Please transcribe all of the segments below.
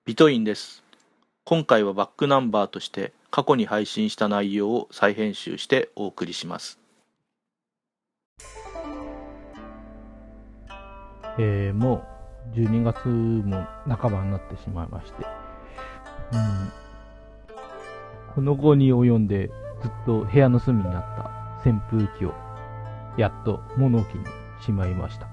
ビトインです。今回はバックナンバーとして過去に配信した内容を再編集してお送りします。 もう12月も半ばになってしまいまして、この後に及んでずっと部屋の隅にあった扇風機をやっと物置にしまいました。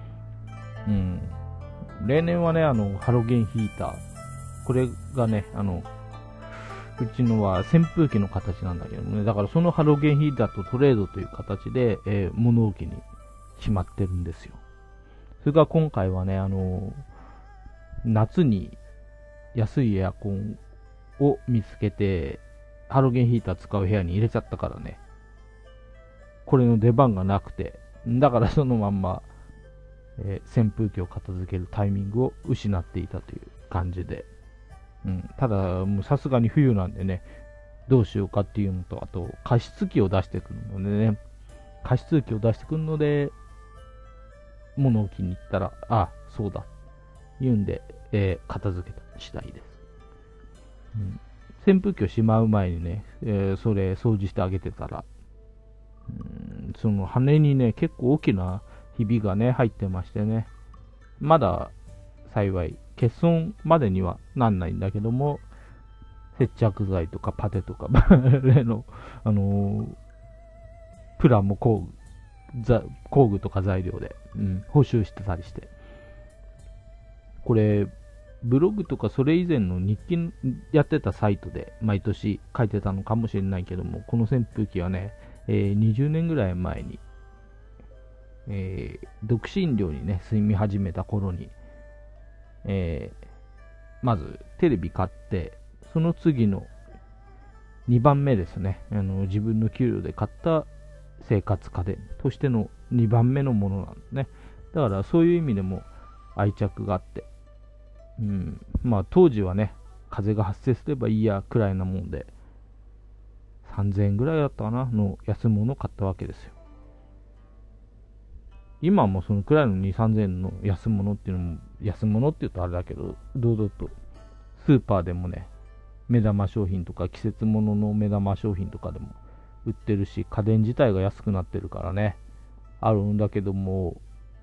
例年はね、ハロゲンヒーター、これがね、うちのは扇風機の形なんだけどもね、だからそのハロゲンヒーターとトレードという形で、物置にしまってるんですよ。それが今回はね、夏に安いエアコンを見つけて、ハロゲンヒーター使う部屋に入れちゃったからね、これの出番がなくて、だからそのまんま、扇風機を片付けるタイミングを失っていたという感じで、ただ、もうさすがに冬なんでね、どうしようかっていうのと、あと、加湿器を出してくるのでね、加湿器を出してくるので、物置に行ったら、そうだ、言うんで、片付けた次第です。扇風機をしまう前にね、それ掃除してあげてたら、その羽にね、結構大きなひびがね、入ってましてね、まだ幸い、欠損までにはなんないんだけども、接着剤とかパテとか、例の、プラモ工具とか材料で、補修してたりして。これ、ブログとかそれ以前の日記やってたサイトで毎年書いてたのかもしれないけども、この扇風機はね、20年ぐらい前に、独身寮にね、住み始めた頃に、まずテレビ買って、その次の2番目ですね、自分の給料で買った生活家電としての2番目のものなんですね。だからそういう意味でも愛着があって、まあ当時はね、風が発生すればいいやくらいなもんで、3000円ぐらいだったかなの安物を買ったわけですよ。今もそのくらいの2、3000円の安物っていうのも、安物って言うとあれだけど、堂々とスーパーでもね、目玉商品とか季節物の目玉商品とかでも売ってるし、家電自体が安くなってるからね、あるんだけども、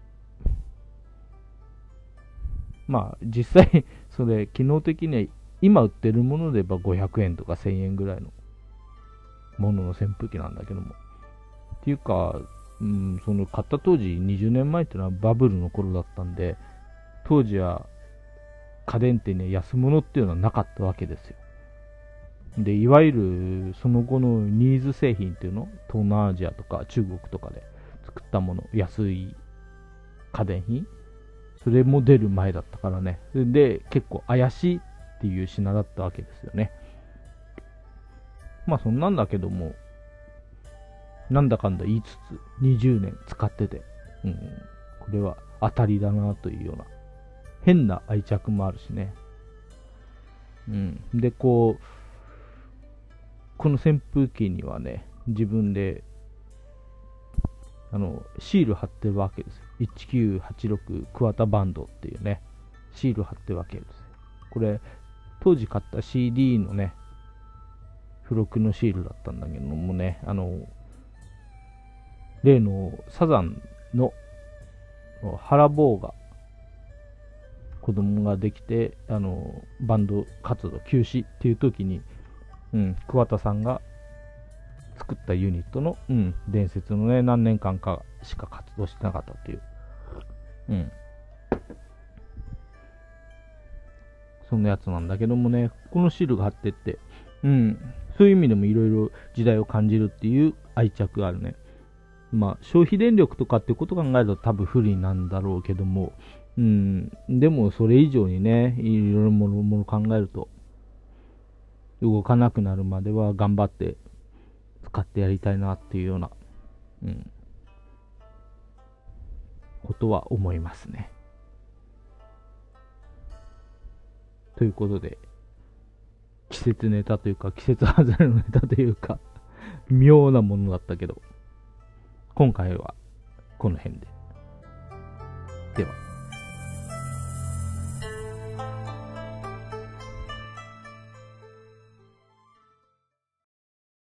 まあ実際、それ機能的には今売ってるもので言えば500円とか1000円ぐらいのものの扇風機なんだけども。っていうか、その買った当時20年前っていうのはバブルの頃だったんで、当時は家電ってね、安物っていうのはなかったわけですよ。で、いわゆるその後のニーズ製品っていうの、東南アジアとか中国とかで作ったもの、安い家電品、それも出る前だったからね。で、結構怪しいっていう品だったわけですよね。まあそんなんだけども、なんだかんだ言いつつ20年使ってて、これは当たりだなというような変な愛着もあるしね。で、この扇風機にはね、自分でシール貼ってるわけですよ。1986クワタバンドっていうね、シール貼ってるわけですよ。これ、当時買った CD のね、付録のシールだったんだけどもね、例のサザンの原坊が子供ができて、バンド活動休止っていう時に、桑田さんが作ったユニットの、伝説のね、何年間かしか活動してなかったっていう。そんなやつなんだけどもね、このシールが貼ってって、そういう意味でもいろいろ時代を感じるっていう愛着があるね。まあ、消費電力とかっていうことを考えると多分不利なんだろうけども、でもそれ以上にね、いろいろもの考えると、動かなくなるまでは頑張って使ってやりたいなっていうような、ことは思いますね。ということで、季節ネタというか、季節外れのネタというか、妙なものだったけど、今回はこの辺で。では。